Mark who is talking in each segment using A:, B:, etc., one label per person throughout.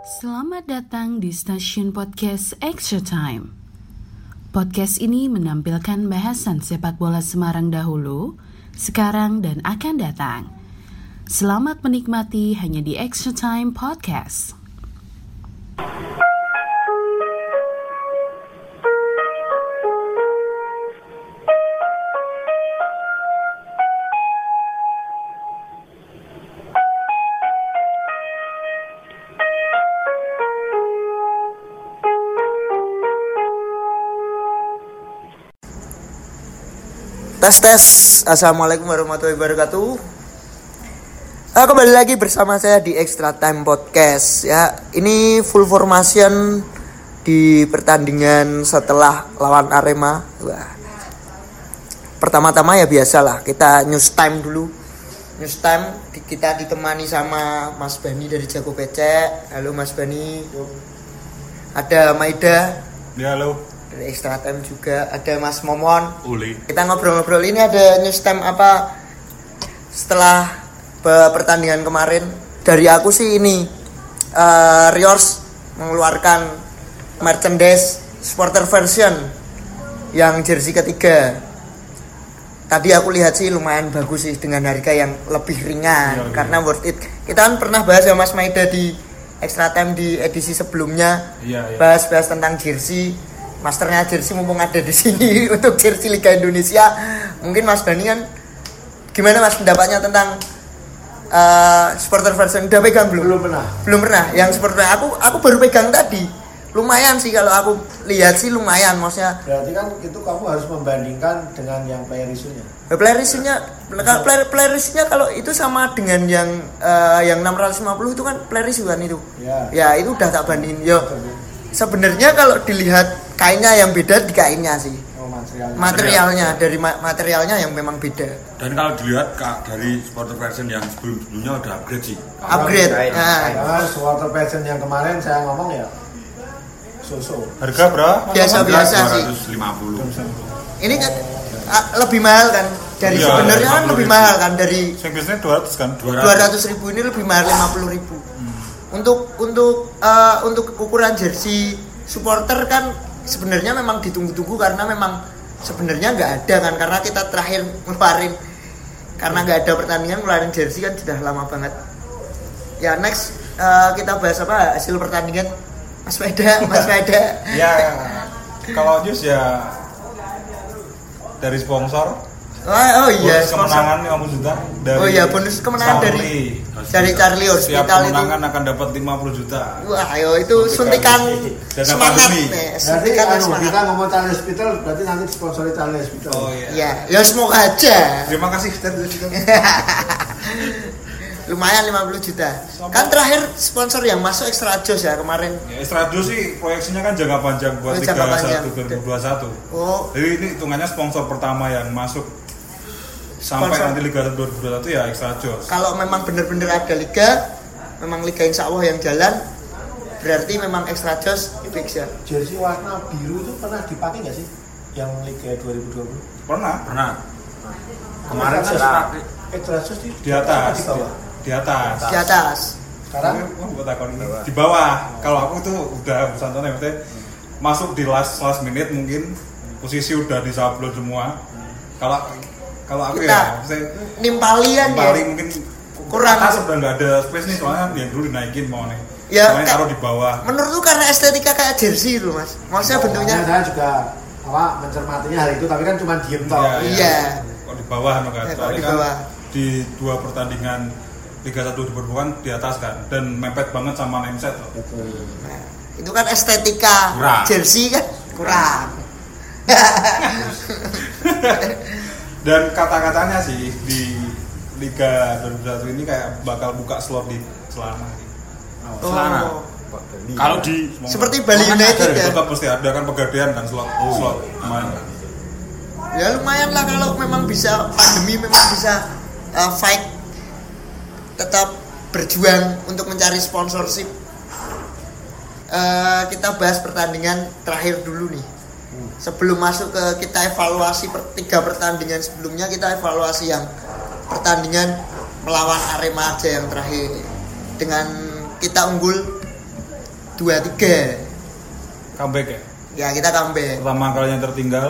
A: Selamat datang di stasiun podcast Extra Time. Podcast ini menampilkan bahasan sepak bola Semarang dahulu, sekarang dan akan datang. Selamat menikmati hanya di Extra Time Podcast.
B: Tes. Assalamualaikum warahmatullahi wabarakatuh. Kembali lagi bersama saya di Extra Time Podcast. Ya, ini full formation di pertandingan setelah lawan Arema. Wah. Pertama-tama ya biasalah, kita news time dulu. News time kita ditemani sama Mas Bani dari Jago Becek. Halo Mas Bani. Ada Maida.
C: Ya, halo.
B: Dari Extra Time juga ada Mas Momon.
C: Uli.
B: Kita ngobrol-ngobrol, ini ada news time apa setelah pertandingan kemarin. Dari aku sih ini Riors mengeluarkan merchandise supporter version yang jersey ketiga. Tadi aku lihat sih lumayan bagus sih dengan harga yang lebih ringan karena worth it. Kita kan pernah bahas ya Mas Maida di Extra Time di edisi sebelumnya. Bahas-bahas tentang jersey. Masternya jersey mumpung ada di sini untuk jersey Liga Indonesia. Mungkin Mas Bani kan gimana Mas pendapatnya tentang supporter version? Udah pegang belum? Belum pernah. Yang supporter aku baru pegang tadi. Lumayan sih kalau aku lihat sih lumayan maksudnya.
D: Berarti kan itu kamu harus membandingkan dengan yang player isunya.
B: Player isunya kalau itu sama dengan yang 650 itu kan player isu kan itu. Ya itu udah tak bandingin. Yo. Sebenarnya kalau dilihat kainnya yang beda di kainnya sih. Materialnya dari materialnya yang memang beda.
C: Dan kalau dilihat dari supporter version yang sebelumnya udah upgrade sih.
B: Upgrade.
D: Nah, supporter version yang kemarin saya ngomong ya so-so.
C: Harga berapa?
B: Biasa-biasa sih.
C: 250.
B: Ini kan lebih mahal kan dari sebenarnya kan lebih mahal kan dari
C: yang biasanya 200 kan.
B: 200.000 ini lebih mahal 50.000. Untuk ukuran jersey supporter kan sebenarnya memang ditunggu-tunggu karena memang sebenarnya nggak ada kan, karena kita terakhir ngeluarin karena nggak ada pertandingan ngeluarin jersey kan sudah lama banget. Ya next kita bahas apa hasil pertandingan Mas Maida.
C: Ya kalau news ya dari sponsor.
B: Oh iya,
C: bonus kemenangan 50 juta dari
B: bonus kemenangan dari Charlie Hospital.
C: Setiap kemenangan akan dapat 50 juta.
B: Wah, ayo itu suntikan semangat nih. Suntikan semangat.
D: Kita ngomong Charlie Hospital berarti nanti sponsori Charlie Hospital.
C: Oh iya.
B: Ya semoga aja.
C: Terima kasih Charlie Hospital.
B: Lumayan 50 juta. Kan terakhir sponsor yang masuk Extra Joss ya kemarin.
C: Ya, Extra Joss sih proyeksinya kan jangka panjang buat Liga 1 2021. Oh. Jadi ini hitungannya sponsor pertama yang masuk sampai nanti Liga 2021 ya Extra Joss.
B: Kalau memang benar-benar ada liga, memang liga insya Allah yang jalan, berarti memang Extra Joss fix ya.
D: Jersey warna biru itu pernah dipakai nggak sih? Yang Liga 2020?
C: Pernah.
D: Kemarin saya Extra Joss
C: di atas. Di atas.
D: Sekarang
C: buat akun ini di bawah. Kalau aku tuh udah santai maksudnya masuk di last minute mungkin posisi udah disablon semua. Kalau aku
B: kita
C: ya
B: nimpali
C: mungkin
B: kurang.
C: Atas udah nggak ada space nih soalnya yang dulu dinaikin mau nih.
B: Ya,
C: soalnya taruh di bawah.
B: Menurutku karena estetika kayak jersey itu Mas. Maksudnya bentuknya.
D: Saya juga mencermatinya hal itu tapi kan cuma diem toh.
B: Iya.
C: Kok di bawah soalnya kan di 2 pertandingan Liga 1 diperbukan di atas kan dan mepet banget sama nameset.
B: Nah, itu kan estetika jersey kan kurang.
C: Dan kata-katanya sih di Liga 2021 ini kayak bakal buka slot di celana. Celana. Kalau di
B: seperti Bali United ya.
C: Tetap pasti ada kan pegadaian kan slot mana.
B: Ya lumayan lah kalau memang bisa pandemi memang bisa fight tetap berjuang untuk mencari sponsorship. Kita bahas pertandingan terakhir dulu nih. Sebelum masuk ke kita evaluasi 3 pertandingan sebelumnya, kita evaluasi yang pertandingan melawan Arema aja yang terakhir. Dengan kita unggul 2-3
C: comeback ya?
B: Ya kita comeback.
C: Pertama kalinya tertinggal,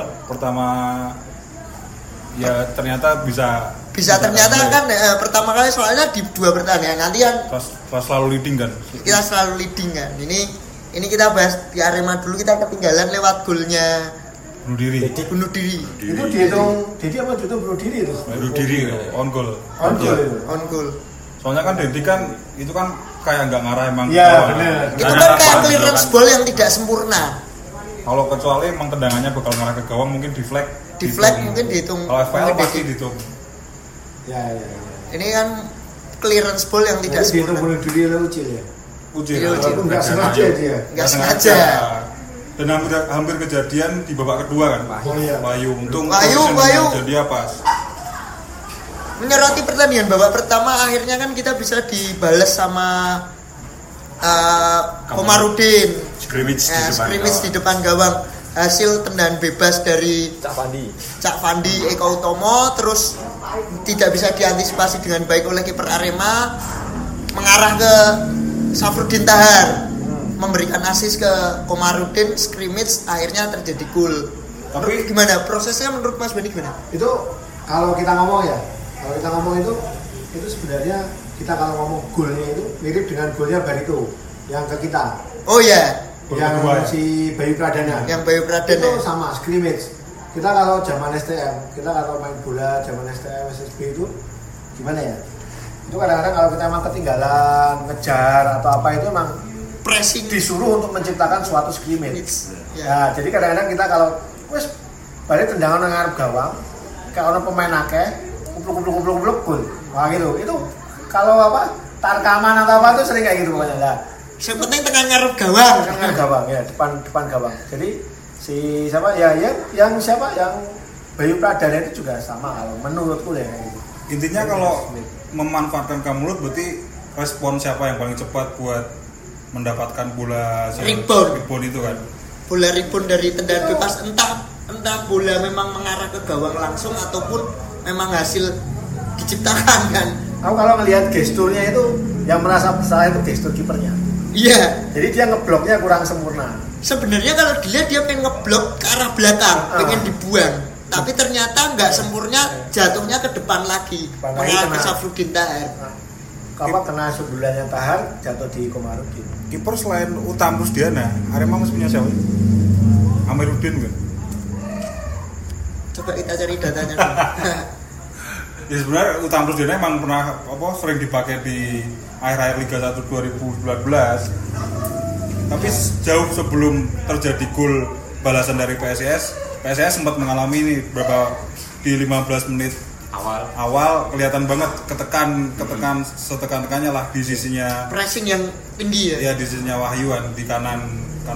C: ya ternyata bisa
B: ternyata kan pertama kali soalnya di 2 pertandingan nanti kan
C: selalu leading kan.
B: Kita selalu leading kan. Ini kita bahas di Arema dulu, kita ketinggalan lewat golnya bunuh diri.
D: Itu dihitung apa bunuh diri itu?
C: Bunuh diri on goal. Soalnya kan Dedi kan itu kan kayak nggak ngarah emang.
D: Iya benar.
B: Itu kan kayak clearance ball yang tidak sempurna.
C: Kalau kecuali emang tendangannya bakal ngarah ke gawang mungkin di flag
B: mungkin dihitung.
C: Kalau FPL pasti dihitung.
D: Ya.
B: Ini kan clearance ball yang tidak sempurna.
D: Dihitung bunuh diri oleh Ucil ya.
B: Ucil.
D: Enggak sengaja dia.
B: Enggak sengaja.
C: Dan hampir kejadian di babak kedua kan. Wahyu untung
B: Wahyu
C: jadi pas.
B: Menyoroti pertandingan babak pertama akhirnya kan kita bisa dibales sama Komarudin. Scrimmage di depan gawang. Hasil tendangan bebas dari Cak Fandi Eko Utomo, terus tidak bisa diantisipasi dengan baik oleh kiper Arema, mengarah ke Safruddin Tahar, memberikan assist ke Komarudin, scrimmage, akhirnya terjadi gol. Tapi gimana prosesnya menurut Mas Bani gimana?
D: Itu kalau kita ngomong itu sebenarnya kita kalau ngomong golnya itu mirip dengan golnya Barito yang ke kita.
B: Oh ya.
D: Yang si Bayu Pradana. Itu sama scrimmage. Kita kalau zaman STM, kita kalau main bola zaman STM SSB itu gimana ya? Itu kadang-kadang kalau kita emang ketinggalan, ngejar atau apa itu emang
B: pressing
D: disuruh untuk menciptakan suatu scrimmage. Ya, jadi kadang-kadang kita kalau wes balik tendangan nang ngarep gawang, kayak orang pemain akeh, kupluk gol. Wah gitu. Itu kalau tarkaman atau apa itu sering kayak gitu pokoknya lah.
B: Yang penting tengah ngarep gawang.
D: Ya, depan gawang. Jadi siapa yang Bayu Pradana itu juga sama kalau menurutku ya kayak gitu.
C: Intinya kalau memanfaatkan Kamulut berarti respon siapa yang paling cepat buat mendapatkan bola rebound itu kan.
B: Bola rebound dari tendangan bebas entah bola memang mengarah ke gawang langsung ataupun memang hasil diciptakan kan.
D: Aku kalau ngelihat gesturnya itu yang merasa bersalah itu gestur kipernya.
B: Iya.
D: Jadi dia ngebloknya kurang sempurna.
B: Sebenarnya kalau dilihat dia pengen ngeblok ke arah belakang, pengen dibuang. Tapi ternyata nggak sempurna, jatuhnya ke depan lagi. Mengarah ke Safruddin Tahar.
D: Kena sundulannya Tahar, jatuh di Komarudin.
C: Kiper selain Utam Rusdiana, Arema masih punya siapa? Amiruddin kan?
B: Coba kita cari datanya.
C: Ya sebenarnya Utam Rusdiana emang pernah sering dipakai di akhir-akhir Liga 1 2019. Tapi jauh sebelum terjadi gol balasan dari PSIS sempat mengalami ini di 15 menit awal kelihatan banget ketekan setekan-tekannya lah di sisinya
B: pressing yang tinggi ya.
C: Ya di sisinya Wahyuan di kanan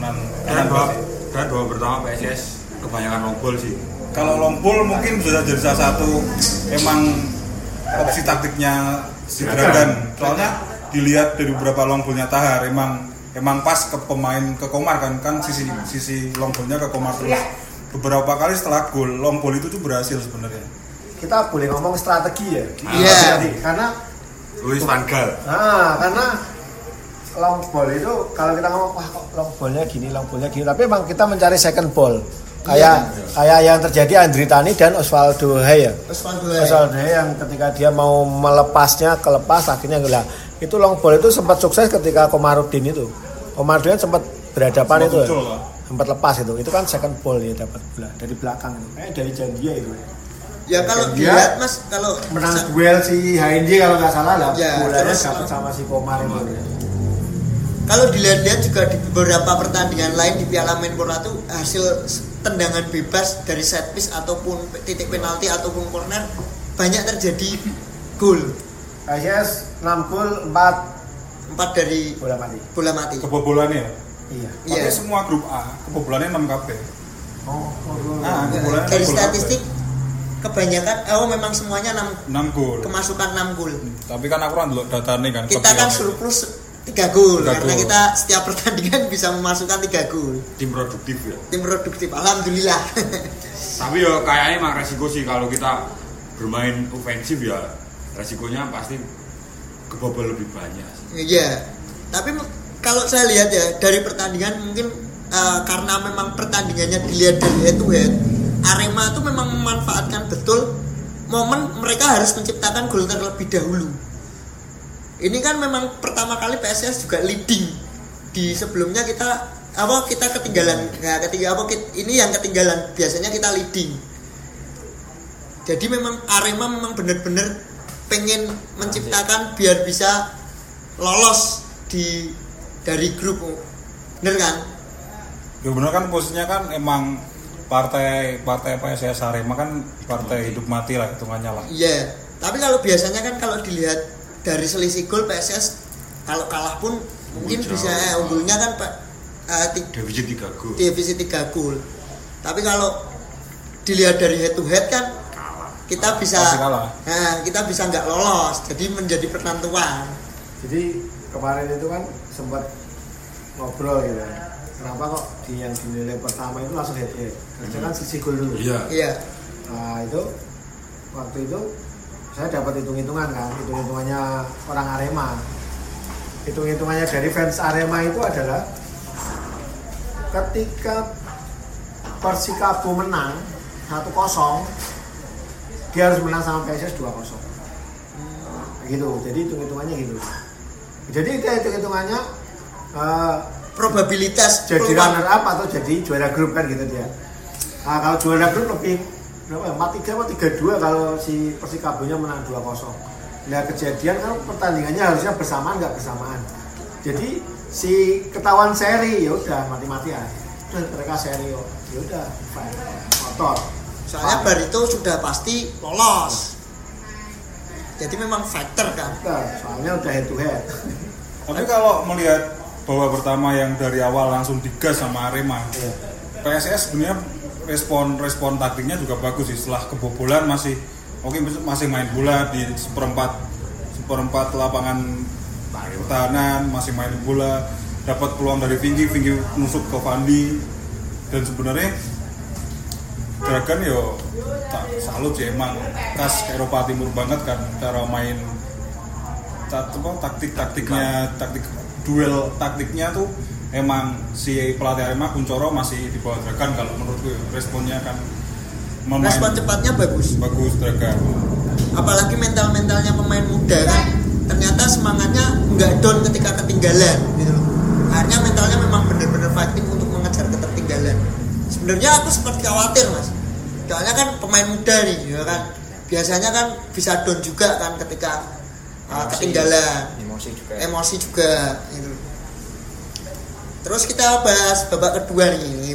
E: babak pertama PSIS kebanyakan long ball sih.
C: Kalau long ball mungkin bisa jadi salah satu emang opsi taktiknya si Dragan. Soalnya dilihat dari beberapa long ballnya Tahar emang pas ke Komar kan sisi long ballnya ke Komar terus. Beberapa kali setelah gol long ball itu tuh berhasil sebenarnya.
D: Kita boleh ngomong strategi ya.
B: Iya.
D: Karena
E: Luis van Gaal.
D: Karena long ball itu kalau kita ngomong long ballnya gini, tapi emang kita mencari second ball. Kayak yang terjadi Andri Tani dan Osvaldo Hai ya. Osvaldo Hai yang ketika dia mau melepasnya kelepas akhirnya gelah. Itu long ball itu sempat sukses ketika Komarudin itu. Komarudin sempat berhadapan itu. Sempat lepas itu. Itu kan second ball dia dapat bola dari belakang itu. Dari Jandia itu.
B: Ya kalau dilihat Mas, kalau
D: menang duel si HNJ kalau nggak salah lah. Ya, bolanya dapat sama si Komar itu.
B: Kalau dilihat-lihat juga di beberapa pertandingan lain di Piala Menpora itu hasil tendangan bebas dari set piece ataupun titik penalti ataupun corner banyak terjadi gol.
D: PSIS 6 gol 4
B: dari bola mati.
C: Kebobolannya.
D: Iya.
C: Tapi semua grup A kebobolannya 6 KB.
B: Kebobolannya dari statistik kebanyakan memang semuanya 6
C: gol.
B: Kemasukan 6 gol.
C: Tapi kan aku dulu datanya kan.
B: Kita kan surplus 3 gol karena kita setiap pertandingan bisa memasukkan 3 gol.
E: Tim produktif ya.
B: Tim produktif, alhamdulillah.
E: Tapi ya kayaknya emang resiko sih kalau kita bermain ofensif ya resikonya pasti kebobol lebih banyak.
B: Iya. Tapi kalau saya lihat ya dari pertandingan mungkin karena memang pertandingannya dilihat dari head to head, Arema itu memang memanfaatkan betul momen mereka harus menciptakan gol terlebih dahulu. Ini kan memang pertama kali PSS juga leading. Di sebelumnya kita ketinggalan. Ini yang ketinggalan. Biasanya kita leading. Jadi memang Arema memang benar-benar pengen menciptakan biar bisa lolos dari grup. Bener kan?
C: Ya bener kan, posisinya kan emang partai PSS Arema kan partai hidup mati lah hitungannya lah.
B: Iya. Tapi kalau biasanya kan kalau dilihat dari selisih gol PSS kalau kalah pun mungkin bisa unggulnya kan defisit 3 gol. Tapi kalau dilihat dari head to head kan kita bisa nggak lolos, jadi menjadi penentuan.
D: Jadi kemarin itu kan sempat ngobrol gitu. Kenapa kok yang dinilai pertama itu langsung head to head? Karena kan sisi gol dulu.
B: Iya.
D: Nah itu waktu itu saya dapat hitungannya orang Arema. Hitungannya dari fans Arema itu adalah ketika Persikabo menang 1-0, dia harus menang sama PSS 2-0. Gitu. Jadi hitungannya gitu. Jadi itu hitungannya
B: probabilitas
D: jadi runner up atau jadi juara grup kan gitu dia. Nah, kalau juara grup lebih 4-3 atau 3-2 kalau si Persikabonya menang 2-0. Nah kejadian kan pertandingannya harusnya bersamaan nggak bersamaan. Jadi si ketahuan seri ya udah mati-matian. Mereka seri ya udah motor.
B: Soalnya Barito sudah pasti lolos. Jadi memang factor kan.
D: Soalnya udah head to head.
C: Tapi kalau melihat bahwa pertama yang dari awal langsung digas sama Arema, PSS sebenarnya respon taktiknya juga bagus sih. Setelah kebobolan masih main bola di seperempat lapangan pertahanan, masih main bola, dapat peluang dari Vinky nusuk ke Fandi, dan sebenarnya Dragon yo tak salut sih, emang khas Eropa Timur banget kan cara main taktik duel taktiknya tuh emang si pelatih Arema Kuncoro masih di bawah Dragon kalau menurutku. Responnya kan
B: respon cepatnya bagus
C: Dragon.
B: Apalagi mentalnya pemain muda kan, ternyata semangatnya nggak down ketika ketinggalan gitu loh. Akhirnya mentalnya memang benar-benar fighting untuk mengejar ketertinggalan. Sebenarnya aku seperti khawatir mas, soalnya kan pemain muda nih ya kan, biasanya kan bisa down juga kan ketika ketinggalan, emosi juga gitu. Terus kita bahas babak kedua.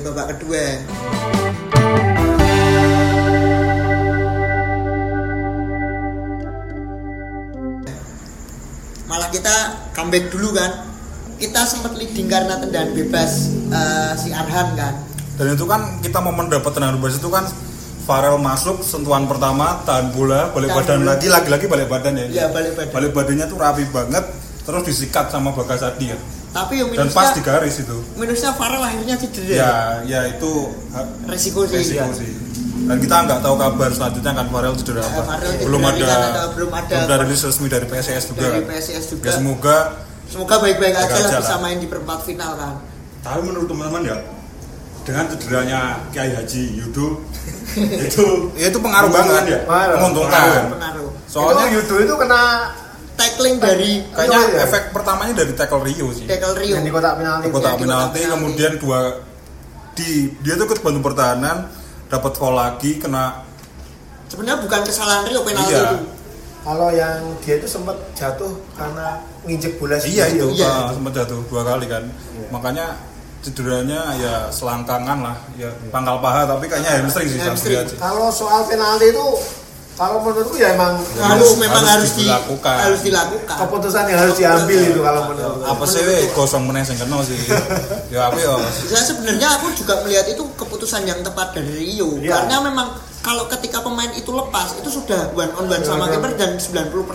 B: Malah kita comeback dulu kan. Kita sempat leading karena tendangan bebas si Arhan kan.
C: Dan itu kan kita momen dapat tendangan bebas itu kan Farel masuk, sentuhan pertama, tahan bola, balik badan lagi balik badan ya.
B: Iya, balik badan.
C: Balik badannya tuh rapi banget, terus disikat sama Bagasadi ya.
B: Tapi
C: dan pas di garis itu.
B: Minusnya Farel akhirnya cedera.
C: Ya itu
B: resiko sih.
C: Dan kita nggak tahu kabar selanjutnya kan Farel cedera apa. Belum ada rilis resmi dari PSS juga. Ya, semoga baik-baik aja lah bisa main di perempat final kan.
E: Tapi menurut teman-teman ya, dengan cederanya Kiai Haji Yudo
C: itu pengaruh banget ya, menguntungkan. Soalnya
D: Yudo itu kena
B: tackling dari
C: kayaknya efek pertamanya dari tackle Rio sih.
D: Di kotak
C: penalti. Kemudian dia tuh ke bantu pertahanan, dapat foul lagi, kena.
B: Sebenarnya bukan kesalahan Rio penalti itu.
D: Kalau yang dia itu sempat jatuh karena nginjek bola sendiri.
C: Iya itu, sempat jatuh 2 kali kan. Iya. Makanya cederanya ya selangkangan lah, ya pangkal paha, tapi kayaknya hamstring sih.
D: Kalau soal penalti itu, kalau menurutku ya emang
B: harus dilakukan.
D: Keputusan yang harus diambil itu kalau menurutku.
C: Apa sih gosong meneh sing kena sih. Ya aku ya.
B: Sebenarnya aku juga melihat itu keputusan yang tepat dari Rio. Iya. Karena memang kalau ketika pemain itu lepas itu sudah one on one sama kiper dan 99%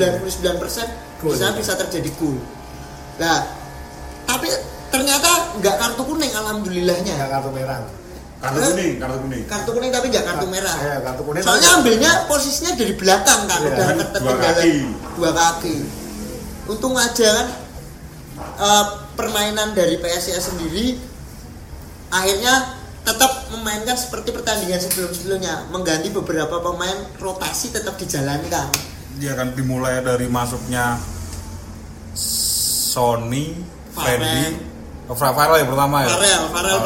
B: bisa terjadi gol. Nah, tapi ternyata nggak kartu kuning, alhamdulillahnya.
D: Nggak kartu merah.
E: Kartu kuning
B: tapi nggak kartu merah.
D: Ya, kartu kuning.
B: Soalnya ambilnya posisinya dari belakang kan, udah ketertinggalan 2 kaki. Untung aja kan permainan dari PSIS sendiri akhirnya tetap memainkan seperti pertandingan sebelum-sebelumnya, mengganti beberapa pemain, rotasi tetap dijalankan.
C: Dia akan dimulai dari masuknya Sony, Fendi, Farel yang pertama ya.
B: Farel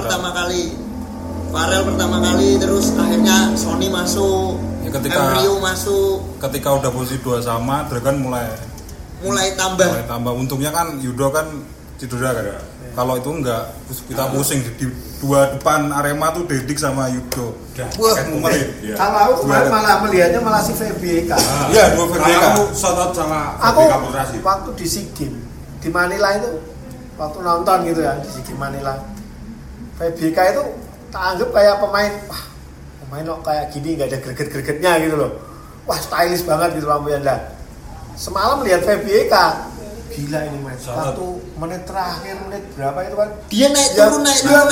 B: pertama kali, terus akhirnya Sony masuk,
C: Ya,
B: Rio masuk.
C: Ketika udah posisi 2 sama, Dragon mulai tambah. Untungnya kan Yudo kan cedera kan. Kalau itu enggak, kita pusing di 2 depan Arema tuh Dedik sama Yudo. Wah, ngeri.
D: Kalau aku malah melihatnya malah si VBK.
C: Iya, 2 VBK.
E: Aku shout sama
D: Aku
E: VBK Putrasi.
D: waktu di SEA Games di Manila itu, waktu nonton gitu ya di SEA Games Manila, VBK itu tak anggap kayak pemain kok kayak gini nggak ada greget-gregetnya gitu loh. Wah, stylish banget gitu lampunya. Semalam lihat VBK, gila ini main. Waktu menit terakhir, menit berapa itu kan?
B: Dia naik turun.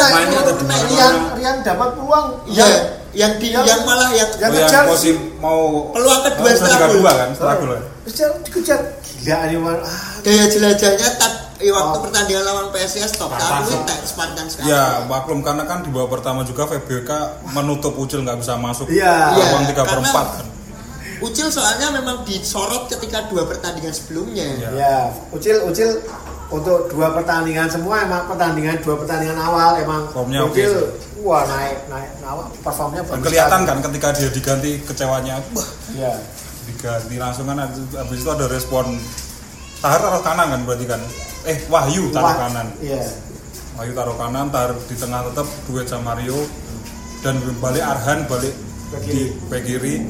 D: Rian dapat peluang.
B: Iya, yang malah yang
D: kejar
C: posisi mau
B: peluang kedua setelah gol
C: kan, setelah gol.
D: Dikejar. Gila ini man.
B: Daya jelajahnya waktu pertandingan lawan PSIS top. Tapi Spartan sekali.
C: Ya, maklum karena kan di babak pertama juga VBK menutup Ucil nggak bisa masuk.
D: Iya.
C: Ruang 3/4 kan.
B: Ucil soalnya memang disorot ketika 2 pertandingan sebelumnya.
D: Ya, Ucil untuk 2 pertandingan semua emang 2 pertandingan awal emang
C: formnya
D: Ucil
C: okay.
D: Wah naik performnya bagus.
C: Kelihatan kan ketika dia diganti kecewanya.
D: Iya.
C: Diganti langsung kan habis itu ada respon Tahar taruh kanan kan berarti kan. Wahyu taruh kanan.
D: Iya.
C: Wahyu taruh kanan, Tahar di tengah tetap duet sama Mario dan balik Arhan balik di back kiri.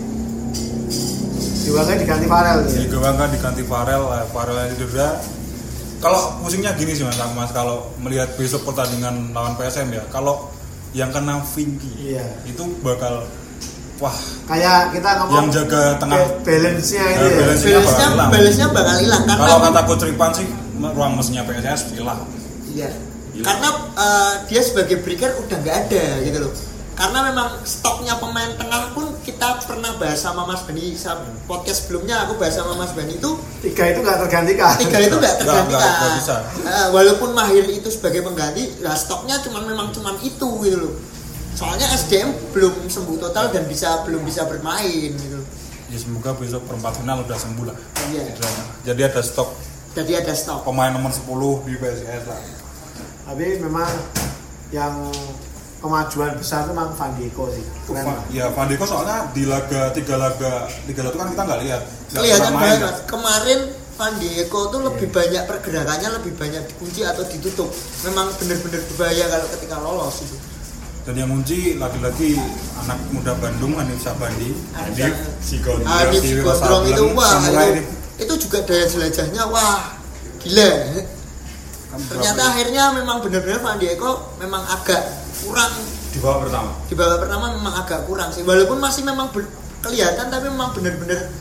D: Di Gawangnya diganti Farel.
C: Di Gawangnya diganti Farel yang cedera. Kalau musimnya gini sih Mas, kalau melihat besok pertandingan lawan PSM ya, kalau yang kena Vinky itu bakal
D: kayak kita ngomong
C: yang jaga tengah
D: balance-nya itu ya.
B: Balance-nya bakal hilang karena
C: kalau kata Coach Ripan sih ruang mesinnya PSS hilang.
B: Iya. Karena dia sebagai breaker udah nggak ada gitu loh. Karena memang stoknya pemain tengah pun kita pernah bahas sama Mas Bani, podcast sebelumnya aku bahas sama Mas Bani itu
D: 3 itu nggak tergantikan.
C: Nggak bisa.
B: Walaupun Mahir itu sebagai pengganti, stoknya memang itu gitu loh. Soalnya SDM belum sembuh total dan belum bisa bermain gitu.
C: Ya semoga besok perempat final udah sembuh lah.
B: Iya.
C: Jadi ada stok. Pemain nomor 10 di PSIS lah.
D: Tapi memang yang kemajuan besar itu memang Van Dijk sih.
C: Ya Van Dijk soalnya di tiga laga itu kan kita nggak lihat.
B: Kelihatan banget. Kemarin Van Dijk tuh lebih banyak pergerakannya, lebih banyak dikunci atau ditutup. Memang benar-benar berbahaya kalau ketika lolos itu.
C: Dan yang kunci lagi-lagi anak muda Bandung Hanif Sabandi,
B: si Gondrong itu itu juga daya jelajahnya gila. Ternyata akhirnya memang benar-benar Van Dijk memang agak kurang
E: di babak
B: pertama memang agak kurang sih, walaupun masih memang kelihatan tapi memang benar-benar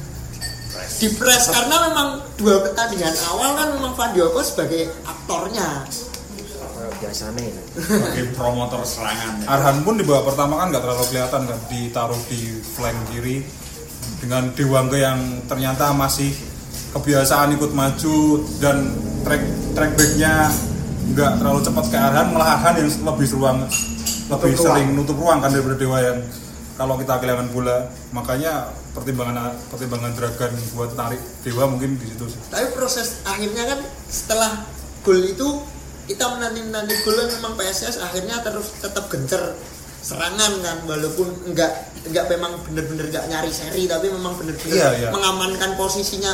B: dipres karena memang 2 pertandingan awal kan memang Van Dijk sebagai aktornya
D: biasanya
E: sebagai promotor serangan.
C: Arhan pun di babak pertama kan nggak terlalu kelihatan kan, ditaruh di flank kiri dengan Dewangga yang ternyata masih kebiasaan ikut maju dan track backnya nggak terlalu cepat ke Arhan, malah Arhan yang lebih sering nutup ruang kan daripada Dewa yang kalau kita kehilangan bola. Makanya pertimbangan Dragon buat tarik Dewa mungkin di situ sih.
B: Tapi proses akhirnya kan setelah gol itu kita menanti gol kan memang PSS akhirnya terus tetap gencer serangan kan, walaupun enggak memang benar-benar enggak nyari seri tapi memang benar-benar mengamankan posisinya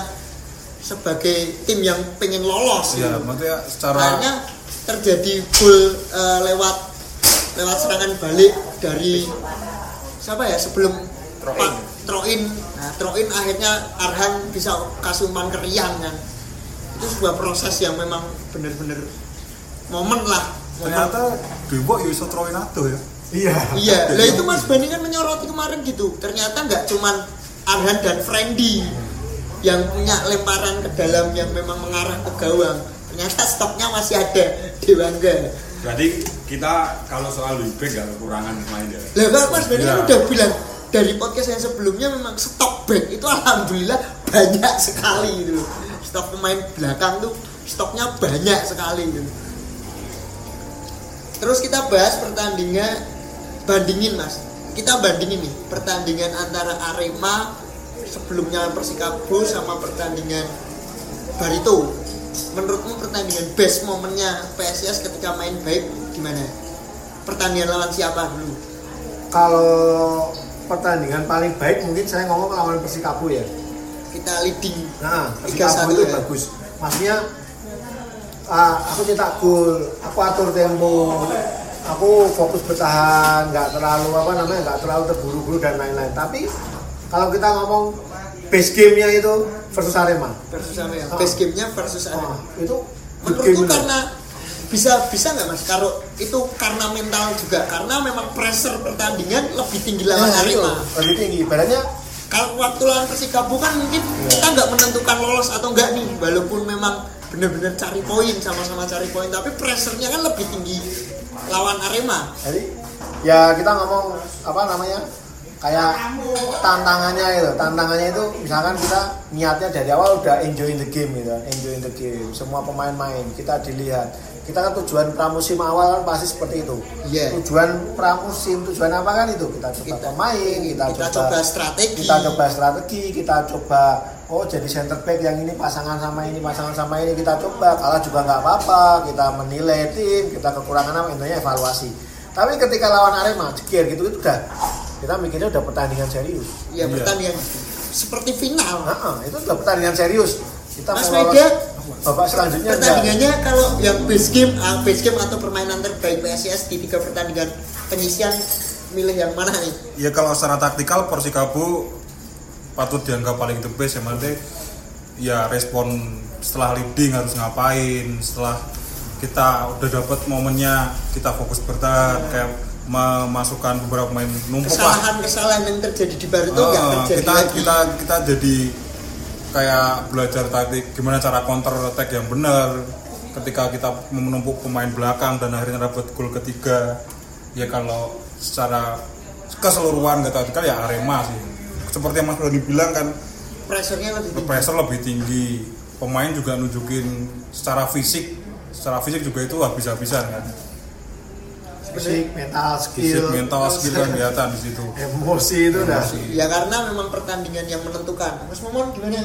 B: sebagai tim yang pengen lolos.
C: Iya, maksudnya secara
B: akhirnya terjadi gol lewat serangan balik dari siapa ya sebelum Troin. Nah, Troin akhirnya Arhan bisa kasih umpan ke Rian kan. Itu sebuah proses yang memang benar-benar momen lah.
C: Ternyata Dewa ya iso Troin ado ya.
B: Iya. Lah itu Mas Bani kan menyoroti kemarin gitu. Ternyata nggak cuman Arhan dan Friendly yang punya lemparan ke dalam yang memang mengarah ke gawang. Ternyata stoknya masih ada Dewangga.
E: Berarti kita kalau soal Libek nggak kekurangan main ya.
B: Lah Mas Bani kan udah bilang dari podcast yang sebelumnya memang stok back itu alhamdulillah banyak sekali gitu. Stok pemain belakang tuh stoknya banyak sekali gitu. Terus kita bahas pertandingan, bandingin Mas. Kita bandingin nih pertandingan antara Arema sebelumnya Persikabo sama pertandingan Barito. Menurutmu pertandingan best momennya PSIS ketika main baik gimana? Pertandingan lawan siapa dulu?
D: Kalau pertandingan paling baik mungkin saya ngomong lawan Persikabo ya.
B: Kita leading.
D: Nah, Persikabo itu ya. Bagus. Maksudnya aku cetak gol, aku atur tempo, aku fokus bertahan, nggak terlalu terburu-buru dan lain-lain. Tapi kalau kita ngomong base game-nya itu versus Arema.
B: Base game-nya versus Arema.
D: Itu
B: menurutku karena bisa nggak Mas? Kalau itu karena mental juga, karena memang pressure pertandingan lebih tinggi lawan Arema.
D: Lebih tinggi. Ibaratnya
B: kalau waktu lawan Persikabo kan mungkin kita nggak menentukan lolos atau enggak nih, walaupun memang benar-benar cari poin, sama-sama cari poin, tapi pressure-nya kan lebih tinggi lawan Arema.
D: Jadi ya kita ngomong kayak tantangannya itu misalkan kita niatnya dari awal udah enjoying the game gitu, enjoying the game, semua pemain main, kita dilihat. Kita kan tujuan pramusim awal kan pasti seperti itu. Tujuan pramusim, tujuan apa kan itu? Kita coba pemain, kita coba strategi, kita coba jadi center back yang ini pasangan sama ini, kita coba. Kalah juga nggak apa-apa, kita menilai tim, kita kekurangan apa, intinya evaluasi. Tapi ketika lawan Arema, jekir gitu itu udah kita mikirnya udah pertandingan serius.
B: Iya, pertandingan seperti final.
D: Itu udah pertandingan serius. Kita
B: Mas Mega,
D: babak selanjutnya
B: pertandingannya kalau yang base game atau permainan terbaik PSIS di 3 pertandingan penyisian, milih yang mana nih?
C: Ya kalau secara taktikal Persikabo patut dianggap paling the best ya, maksudnya ya respon setelah leading harus ngapain, setelah kita udah dapat momennya kita fokus bertahan, kayak memasukkan beberapa pemain numpuk.
B: Kesalahan yang terjadi di Barito nggak terjadi lagi.
C: Kita jadi kayak belajar taktik gimana cara counter attack yang benar ketika kita menumpuk pemain belakang dan akhirnya dapat gol ketiga. Ya kalau secara keseluruhan nggak taktikal ya Arema sih. Seperti yang Mas Roni bilang kan, pressure lebih tinggi. Pemain juga nunjukin secara fisik juga itu habis-habisan kan.
D: Fisik, mental skill
C: kan kelihatan di situ.
D: Emosi itu dah.
B: Ya karena memang pertandingan yang menentukan. Mas Momon gimana?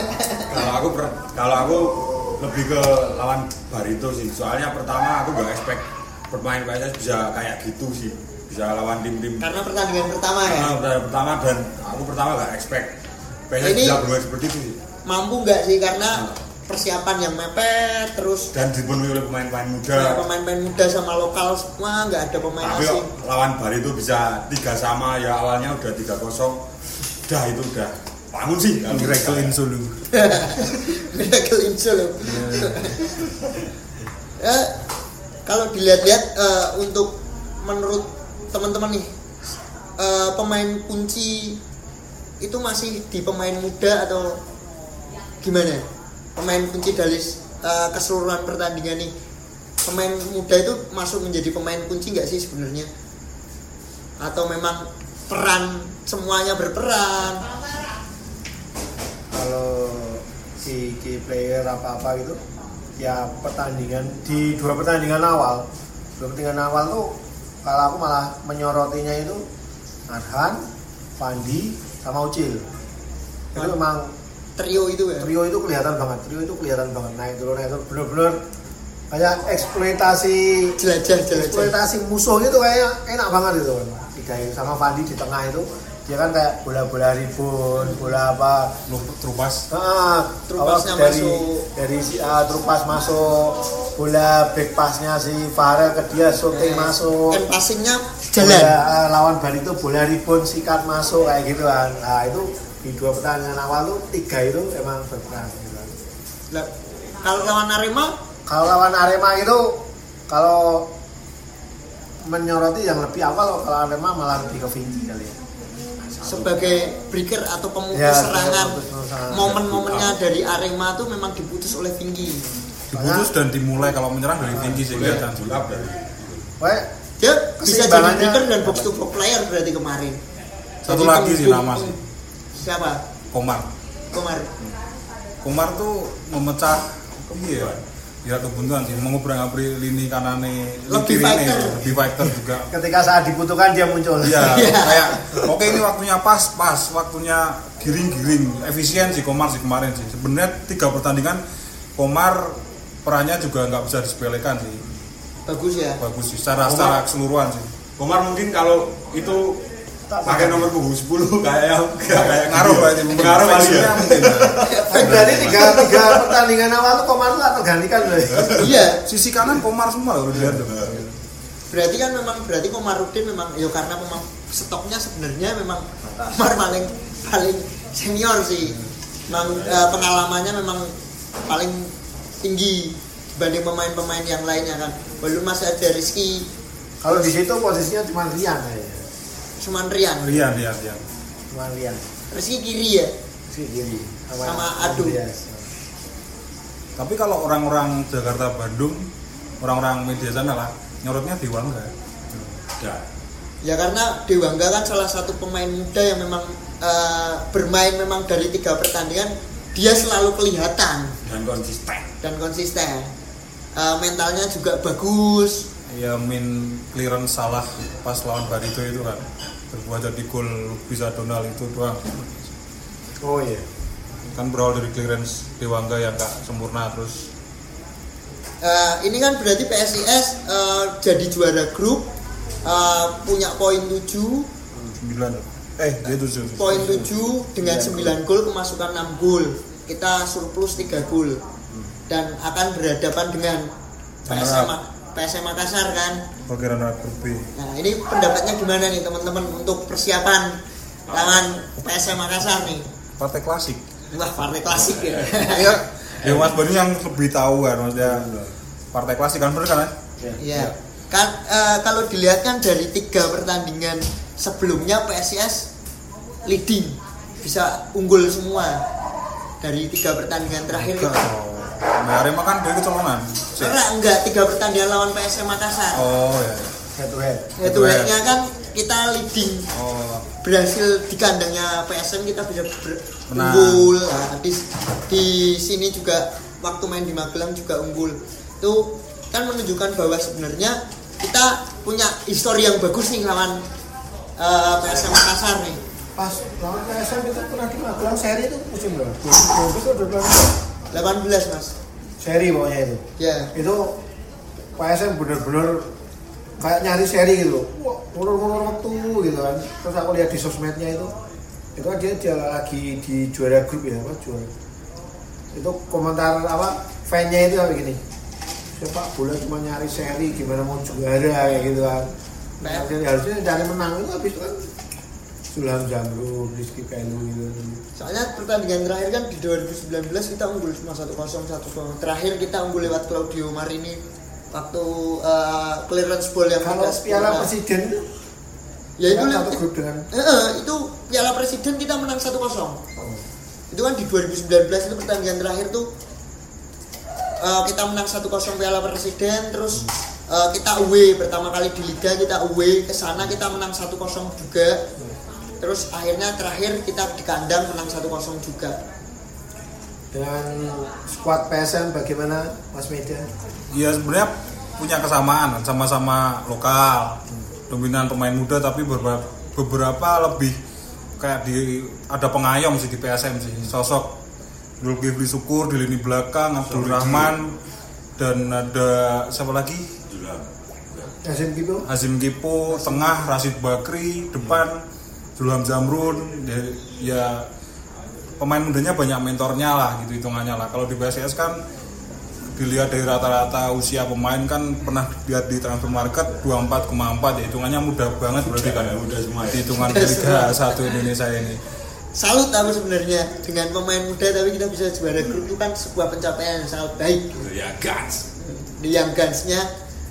E: Kalau aku lebih ke lawan Barito sih. Soalnya pertama aku gak expect bermain PSIS bisa kayak gitu sih. Bisa lawan tim-tim.
B: Karena pertandingan pertama ya.
E: Pertandingan pertama dan aku pertama gak expect PSIS bisa bermain seperti itu sih.
B: Mampu gak sih karena persiapan yang mepet terus
E: dan dipenuhi oleh pemain-pemain muda.
B: Pemain-pemain muda sama lokal semua, nggak ada pemain
E: asing.
B: Tapi
E: lawan Barito bisa 3-3 ya, awalnya udah 3-0. Udah bangun sih.
C: Miracle in Solo.
B: Miracle in Solo. Kalau dilihat-lihat untuk menurut teman-teman nih pemain kunci itu masih di pemain muda atau gimana? Pemain kunci dari keseluruhan pertandingan nih, pemain muda itu masuk menjadi pemain kunci nggak sih sebenarnya? Atau memang peran semuanya berperan?
D: Kalau key player apa gitu, ya pertandingan di 2 pertandingan awal tuh kalau aku malah menyorotinya itu Arhan, Fandi, sama Ucil. Itu memang trio itu kelihatan banget. Naik turun bener-bener kayak eksploitasi musuh gitu, kayak enak banget itu kan. Sama Fandi di tengah itu dia kan kayak bola-bola ribun, bola apa
C: trupas.
B: Trupasnya
D: dari si trupas masuk, bola back passnya si Farel ke dia shooting masuk.
B: Kan passingnya jalan.
D: Lawan Barito bola ribun sikat masuk kayak gitu kan. Nah, itu di 2 pertandingan awal tuh 3 itu emang berperan gitu.
B: Nah, kalau lawan Arema
D: itu kalau menyoroti yang lebih awal, kalau Arema malah lebih ke Vinci kali ya.
B: Sebagai breaker atau pemutus serangan, momen-momennya dari Arema tuh memang diputus oleh Vinci.
C: Diputus dan dimulai kalau menyerang dari Vinci sih kelihatan sulap ya.
B: Dia bisa jadi breaker dan box to box player berarti kemarin.
C: Satu lagi sih nama sih.
B: Siapa?
C: Komar tuh memecah ya kebuntuan sih, mengobrak-abrik lini kanane
B: Lebih
C: lebih fighter juga.
D: Ketika saat dibutuhkan dia muncul.
C: Iya, kayak oke ini waktunya pas, waktunya giring, efisien sih Komar sih kemarin sih. Sebenarnya 3 pertandingan Komar perannya juga nggak bisa disepelekan sih.
B: Bagus
C: Bagus sih secara keseluruhan sih.
E: Komar mungkin kalau itu pakai nomor punggung 10 kayak
C: Ngaruh berarti mungkin.
E: Ngaruh kali ya.
C: Mungkin.
D: Berarti tiga pertandingan awal tuh Komar tuh tak tergantikan loh.
B: Iya.
C: Sisi kanan Komar semua loh dilihat tuh.
B: Berarti kan memang Komarudin memang ya karena memang stoknya sebenarnya memang Komar paling senior sih. Memang pengalamannya memang paling tinggi dibanding pemain-pemain yang lainnya kan. Belum masih ada Rizky.
D: Kalau di situ posisinya cuma Rian kayaknya.
B: Cuman Rian.
D: Cuma Rian.
B: Rizky kiri ya.
D: Kiri.
B: Sama Adu.
C: Tapi kalau orang-orang Jakarta Bandung, orang-orang media sana lah nyorotnya Dewangga.
B: Ya karena Dewangga kan salah satu pemain muda yang memang bermain memang dari 3 pertandingan dia selalu kelihatan dan konsisten. Mentalnya juga bagus.
C: Ya clearance salah pas lawan Barito itu kan berbuat jadi gol bisa Donald itu doang.
D: Oh iya.
C: Kan berawal dari clearance Dewangga yang gak sempurna terus.
B: Ini kan berarti PSIS jadi juara grup, punya poin 7.
C: 9. Dia 7.
B: Poin 7 dengan 9 gol, kemasukan 6 gol. Kita surplus 3 gol. Dan akan berhadapan dengan PSM Makassar kan.
C: Bagian grup B.
B: Nah, ini pendapatnya gimana nih teman-teman untuk persiapan lawan PSM Makassar nih?
C: Partai klasik.
B: Wah, partai klasik ya.
C: Iya. Ya Mas Bani yang lebih tahu kan maksudnya partai klasik kan bener kan?
B: Iya. Kan kalau dilihat kan dari 3 pertandingan sebelumnya PSIS leading, bisa unggul semua dari 3 pertandingan terakhir itu.
C: Nah, Arema kan dari kecolongan.
B: Enggak, 3 pertandingan lawan PSM Makassar.
C: Oh ya.
B: Head to head-nya kan kita leading.
C: Oh.
B: Berhasil di kandangnya PSM kita bisa unggul. Nah, di sini juga waktu main di Magelang juga unggul. Itu kan menunjukkan bahwa sebenarnya kita punya histori yang bagus nih lawan PSM Makassar nih.
D: Pas lawan PSM kita pernah di Magelang seri itu musim berapa?
B: 18 Mas.
D: Seri pokoknya itu.
B: Ya.
D: Itu PSM bener-bener kayak nyari seri gitu. Wah, ngulur-ngulur waktu gitu kan. Terus aku lihat di sosmednya itu kan dia lagi di juara grup ya, juara. Itu komentar fan-nya itu begini. Sepak bola cuma nyari seri, gimana mau juara kayak gitu kan. Harusnya cari menang itu habis itu kan Sulham Jamrud, Rizky Pelu gitu.
B: Soalnya pertandingan terakhir kan di 2019 kita unggul cuma 1-0. Terakhir kita unggul lewat Claudio Marini waktu clearance ball yang
D: kalau Piala Presiden itu
B: ya itu
D: satu grup dengan
B: itu Piala Presiden kita menang 1-0. Itu kan di 2019 itu pertandingan terakhir tuh kita menang 1-0 Piala Presiden, terus kita away pertama kali di liga, kita away ke sana kita menang 1-0 juga. Terus akhirnya terakhir kita di kandang menang 1-0 juga.
D: Dengan skuad PSM bagaimana Mas Medan?
C: Ya sebenarnya punya kesamaan, sama-sama lokal, dominan pemain muda tapi beberapa lebih kayak ada pengayom sih di PSM sih. Sosok Zulkifli Syukur di lini belakang, Abdul Rahman, dan ada siapa lagi? Hazim Kipo, tengah Rashid Bakri, depan Sulham Jamrud. Ya pemain mudanya banyak mentornya lah gitu hitungannya lah. Kalau di PSIS kan dilihat dari rata-rata usia pemain kan pernah lihat di transfer market 24,4 ya, hitungannya mudah banget berarti kan ya, udah semua hitungan Liga 1 Indonesia ini.
B: Salut aku sebenarnya dengan pemain muda tapi kita bisa juara grup itu kan sebuah pencapaian yang sangat baik. Di Young Guns-nya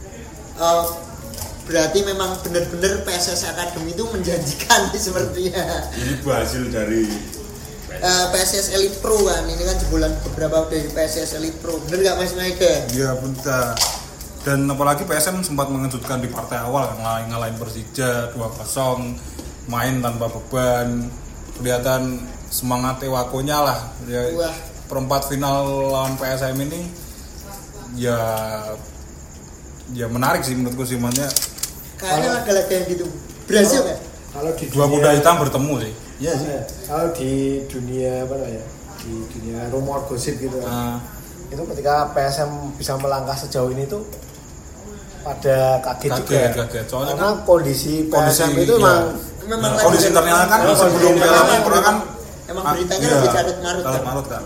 B: berarti memang benar-benar PSS Academy itu menjanjikan sepertinya.
E: Ini hasil dari
B: PSS Elite Pro kan, ini kan jebolan beberapa dari PSS Elite Pro, bener nggak Mas Maika?
C: Iya benar. Dan apalagi PSM sempat mengejutkan di partai awal ngalahin Persija 2-0, main tanpa beban, kelihatan semangat Ewakonya lah. Ya, perempat final lawan PSM ini ya menarik sih menurutku sih, maksudnya
B: kayaknya laga-laga yang gitu berhasil kan?
D: Kalau di
C: dua kuda hitam bertemu sih.
D: Iya sih. Kalau di dunia apa namanya? Di dunia rumor gosip gitu. Itu ketika PSM bisa melangkah sejauh ini tuh pada kaget. Soalnya karena kondisi PSM itu
B: memang
C: kondisi internal kan sebelum Piala Menpora kan
B: emang beritanya lebih carut-marut
C: kan.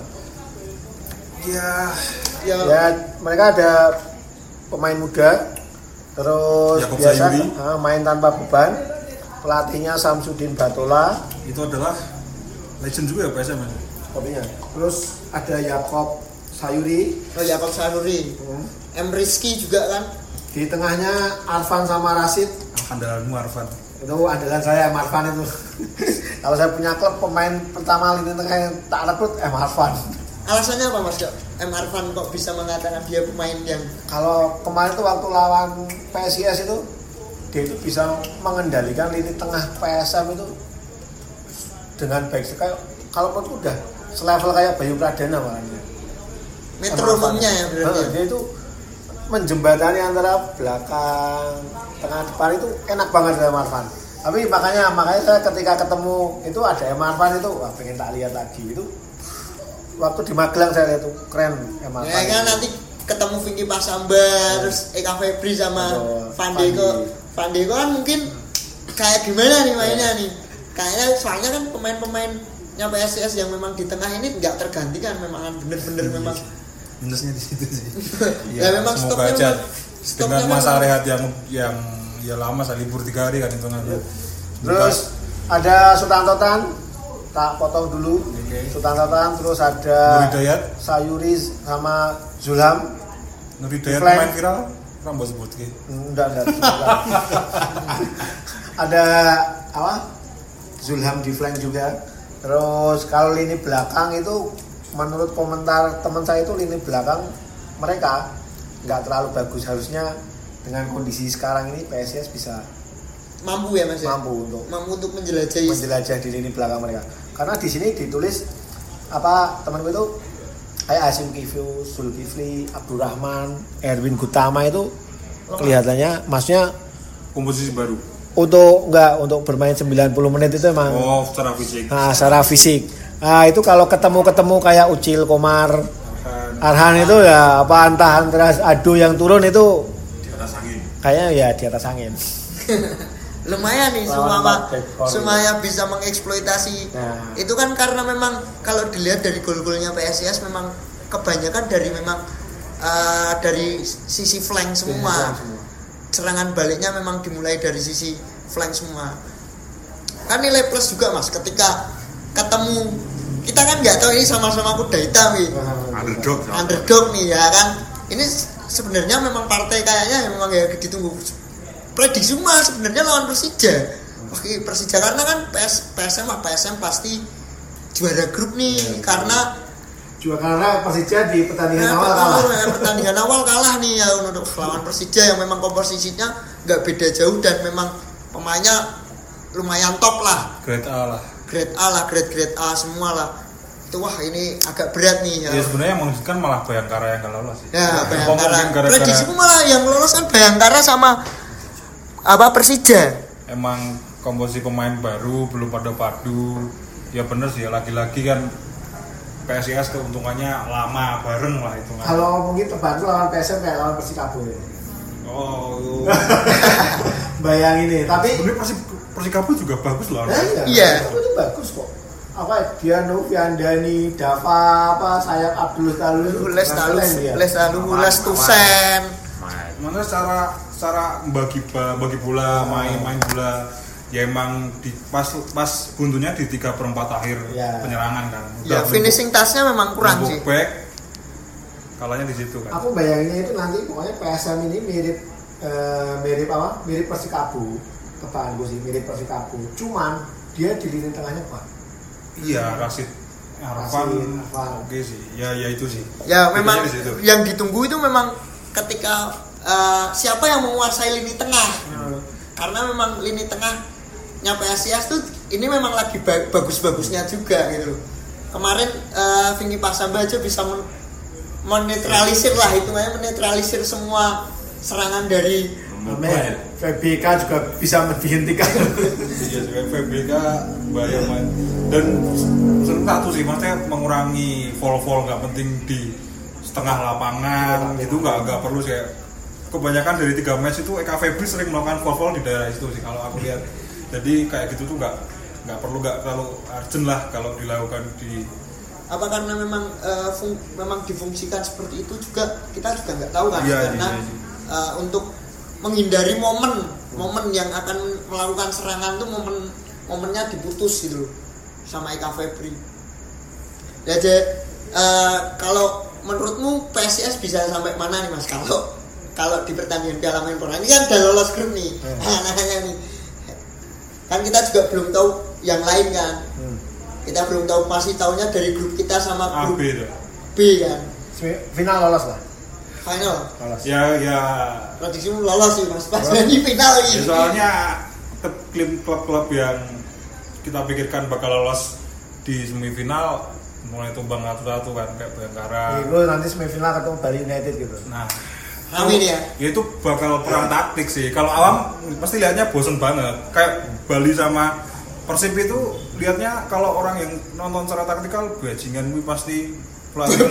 B: Ya
D: mereka ada pemain muda terus
C: Yakob
D: biasa
C: Sayuri.
D: main tanpa beban. Pelatihnya Samsudin Batola.
C: Itu adalah legend juga ya PSM.
D: Kopinya. Terus ada Yakob Sayuri.
B: M Rizky juga kan.
D: Di tengahnya Arfan sama Rashid.
C: Andalanmu Arfan.
D: Itu andalan saya Arfan itu. Kalau saya punya klub, pemain pertama lini tengah yang tak rekrut Arfan.
B: Alasannya apa Mas? Arfan kok bisa mengatakan dia pemain yang
D: kalau kemarin tuh waktu lawan PSIS itu dia itu bisa mengendalikan lini tengah PSM itu dengan baik sekali. Kalau menurutku udah selevel kayak Bayu Pradana makanya.
B: metronomnya ya berarti.
D: Dia itu menjembatani antara belakang, tengah, depan itu enak banget sama Arfan. Tapi makanya saya ketika ketemu itu ada Arfan itu, wah pengen tak lihat lagi itu. Waktu di Magelang saya lihat tuh keren Arfan.
B: Ya kan nanti ketemu Vicky Pasamba, terus Eka Febri sama Van Deko kan mungkin kayak gimana nih mainnya nih? Kayaknya soalnya kan pemain-pemainnya PSIS yang memang di tengah ini nggak tergantikan, memang bener-bener memang
C: minusnya di situ sih.
B: Ya memang
C: semoga aja dengan masa
B: kan
C: rehat yang ya lama, libur 3 hari kan itu nanti.
D: Terus ada Sultan Totan, tak potong dulu. Sultan Totan, terus ada
C: Nur Hidayat,
D: Sayuri sama Zulham.
C: Nur Hidayat pemain viral, rambut sebut ki.
D: Enggak. Ada apa? Zulham di flank juga. Terus kalau lini belakang itu menurut komentar teman saya itu lini belakang mereka nggak terlalu bagus. Harusnya dengan kondisi sekarang ini PSIS bisa
B: mampu ya Mas ya?
D: Mampu untuk
B: menjelajah
D: di lini belakang mereka. Karena di sini ditulis apa temanku itu kayak Asim Kifyu, Zulkifli, Abdurrahman, Erwin Gutama itu kelihatannya maksudnya
C: komposisi baru.
D: Untuk bermain 90 menit itu emang
C: secara fisik.
D: Nah, secara fisik. Nah, itu kalau ketemu kayak Ucil, Komar, Arhan itu ya apa antara Ado yang turun itu
E: di atas angin.
D: Kayaknya ya di atas angin.
B: Lumayan nih semuanya bisa mengeksploitasi. Nah. Itu kan karena memang kalau dilihat dari gol-golnya PSIS memang kebanyakan dari sisi flank semua. Serangan baliknya memang dimulai dari sisi flank semua. Kan nilai plus juga Mas ketika ketemu, kita kan nggak tahu ini sama-sama kuda hitam nih. Underdog nih ya kan. Ini sebenarnya memang partai kayaknya memang ya ditunggu. Prediksi semua sebenarnya lawan Persija. Persija karena kan PSM pasti juara grup nih karena
D: Persija di pertandingan
B: awal kalah nih ya untuk lawan Persija yang memang komposisinya nggak beda jauh dan memang pemainnya lumayan top lah.
C: Grade A semua lah. Itu wah ini agak berat nih ya. Ya sebenarnya mengejutkan malah Bayangkara yang nggak lolos sih.
B: Ya Bayangkara. Prediksiku malah yang lolos kan Bayangkara sama Persija.
C: Emang komposisi pemain baru belum pada padu. Ya bener sih ya, lagi-lagi kan PSIS keuntungannya lama bareng lah itu kan.
D: Kalau mungkin terbantu lawan PSM kayak lawan Persikabo ya. Bayangin nih, tapi
C: sebenarnya Persikabo juga bagus lawan.
B: Iya.
D: Itu bagus kok. Diano Fiandani, Dava, Sayap Abdul Talul,
B: Les Tusen.
C: Mana cara bagi bola, main bola. Ya emang pas buntunya di 3/4 akhir penyerangan kan.
B: Ya finishing touch-nya memang kurang sih.
C: Back, kalahnya di situ kan.
D: Aku bayanginnya itu nanti pokoknya PSM ini mirip Persikabo. Tebakanku sih mirip Persikabo. Cuman dia di lini tengahnya Pak.
C: Iya, Rashid Arfan. Oke sih. Ya itu sih.
B: Ya memang yang ditunggu itu memang ketika siapa yang menguasai lini tengah. Karena memang lini tengahnya PSIS tuh ini memang lagi bagus-bagusnya juga gitu. Kemarin Vicky Pasamba aja bisa menetralisir lah, hitungannya menetralisir semua serangan dari
D: VBK juga bisa dihentikan.
C: Iya juga VBK bahaya main. Dan satu sih maksudnya mengurangi foul nggak penting di setengah lapangan gitu, nggak perlu sih. Kebanyakan dari 3 match itu Eka Febri sering melakukan foul di daerah itu sih kalau aku lihat. Jadi kayak gitu tuh nggak perlu, nggak terlalu urgent lah kalau dilakukan di.
B: Apa karena memang memang difungsikan seperti itu juga kita juga nggak tahu kan,
C: iya,
B: karena untuk menghindari momen yang akan melakukan serangan tuh momennya diputus gitu sama Eka Febri. Jadi kalau menurutmu PSIS bisa sampai mana nih Mas kalau di pertandingan Piala Menpora ini kan udah lolos grup nih, anaknya nih kan kita juga belum tahu yang lain kan, kita belum tahu, pasti tahunya dari grup kita sama grup B kan.
D: Final lolos lah.
B: Final.
D: Lolos.
C: Ya.
B: Prediksi lolos sih Mas. Pas di final ini.
C: Ya, soalnya klub-klub yang kita pikirkan bakal lolos di semifinal mulai tumbang satu-satu kan, kayak Bayangkara.
D: Itu nanti semifinal ketemu Bali United gitu.
C: Nah,
B: Amin ya.
C: Itu bakal perang taktik sih. Kalau awam pasti lihatnya bosen banget. Kayak Bali sama Persib itu lihatnya kalau orang yang nonton secara taktikal bajingan gue pasti pelatih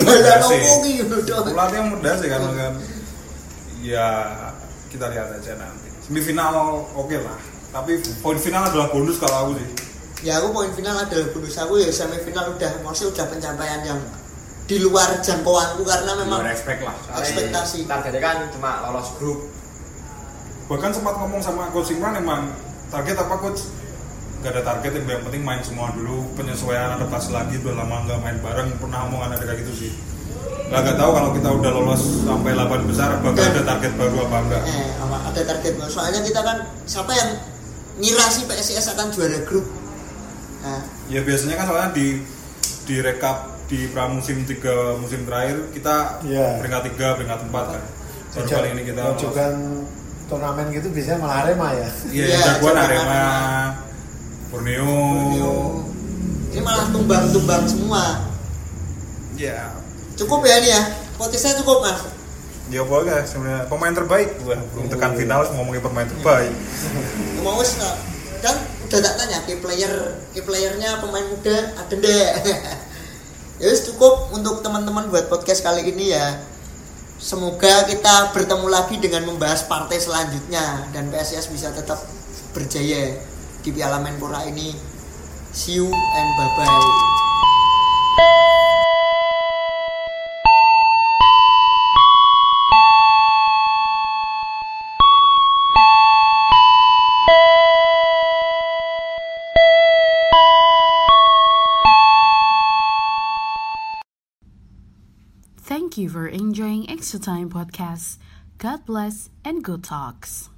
C: muda sih kan. Ya kita lihat aja nanti. Semifinal oke lah. Tapi poin final adalah bonus kalau aku sih.
B: Ya aku poin final adalah bonus aku, ya semifinal maksudnya udah pencapaian yang di luar jangkauanku karena memang ekspektasi.
E: Targetnya kan cuma lolos grup.
C: Bahkan sempat ngomong sama Coach Imran, emang target apa Coach? Gak ada target, yang penting main semua dulu, penyesuaian adaptasi lagi, udah lama nggak main bareng, pernah omongan ada kayak gitu sih. Gak tahu kalau kita udah lolos sampai 8 besar, bakal ada target baru apa enggak?
B: Ada target baru, soalnya kita kan siapa yang ngira sih PSIS akan juara grup? Nah.
C: Ya biasanya kan soalnya di rekap di pramusim 3 musim terakhir kita peringkat 3, peringkat 4 kan. Baru kali ini kita
D: menunjukkan turnamen gitu biasanya malah Arema ya.
C: Iya, jagoan Arema, Borneo.
B: Ini malah tumbang semua.
C: Ya.
B: Cukup ya ini ya. Potensinya cukup Mas.
C: Ya boleh sebenarnya pemain terbaik. Wah, belum tekan final ngomongin pemain terbaik.
B: Mau wis kan udah tak tanya key playernya pemain muda ada ndek. Ya wis cukup untuk teman-teman buat podcast kali ini ya. Semoga kita bertemu lagi dengan membahas partai selanjutnya dan PSIS bisa tetap berjaya di Piala Menpora ini. See you and bye-bye.
A: Thank you for enjoying Extra Time Podcast. God bless and good talks.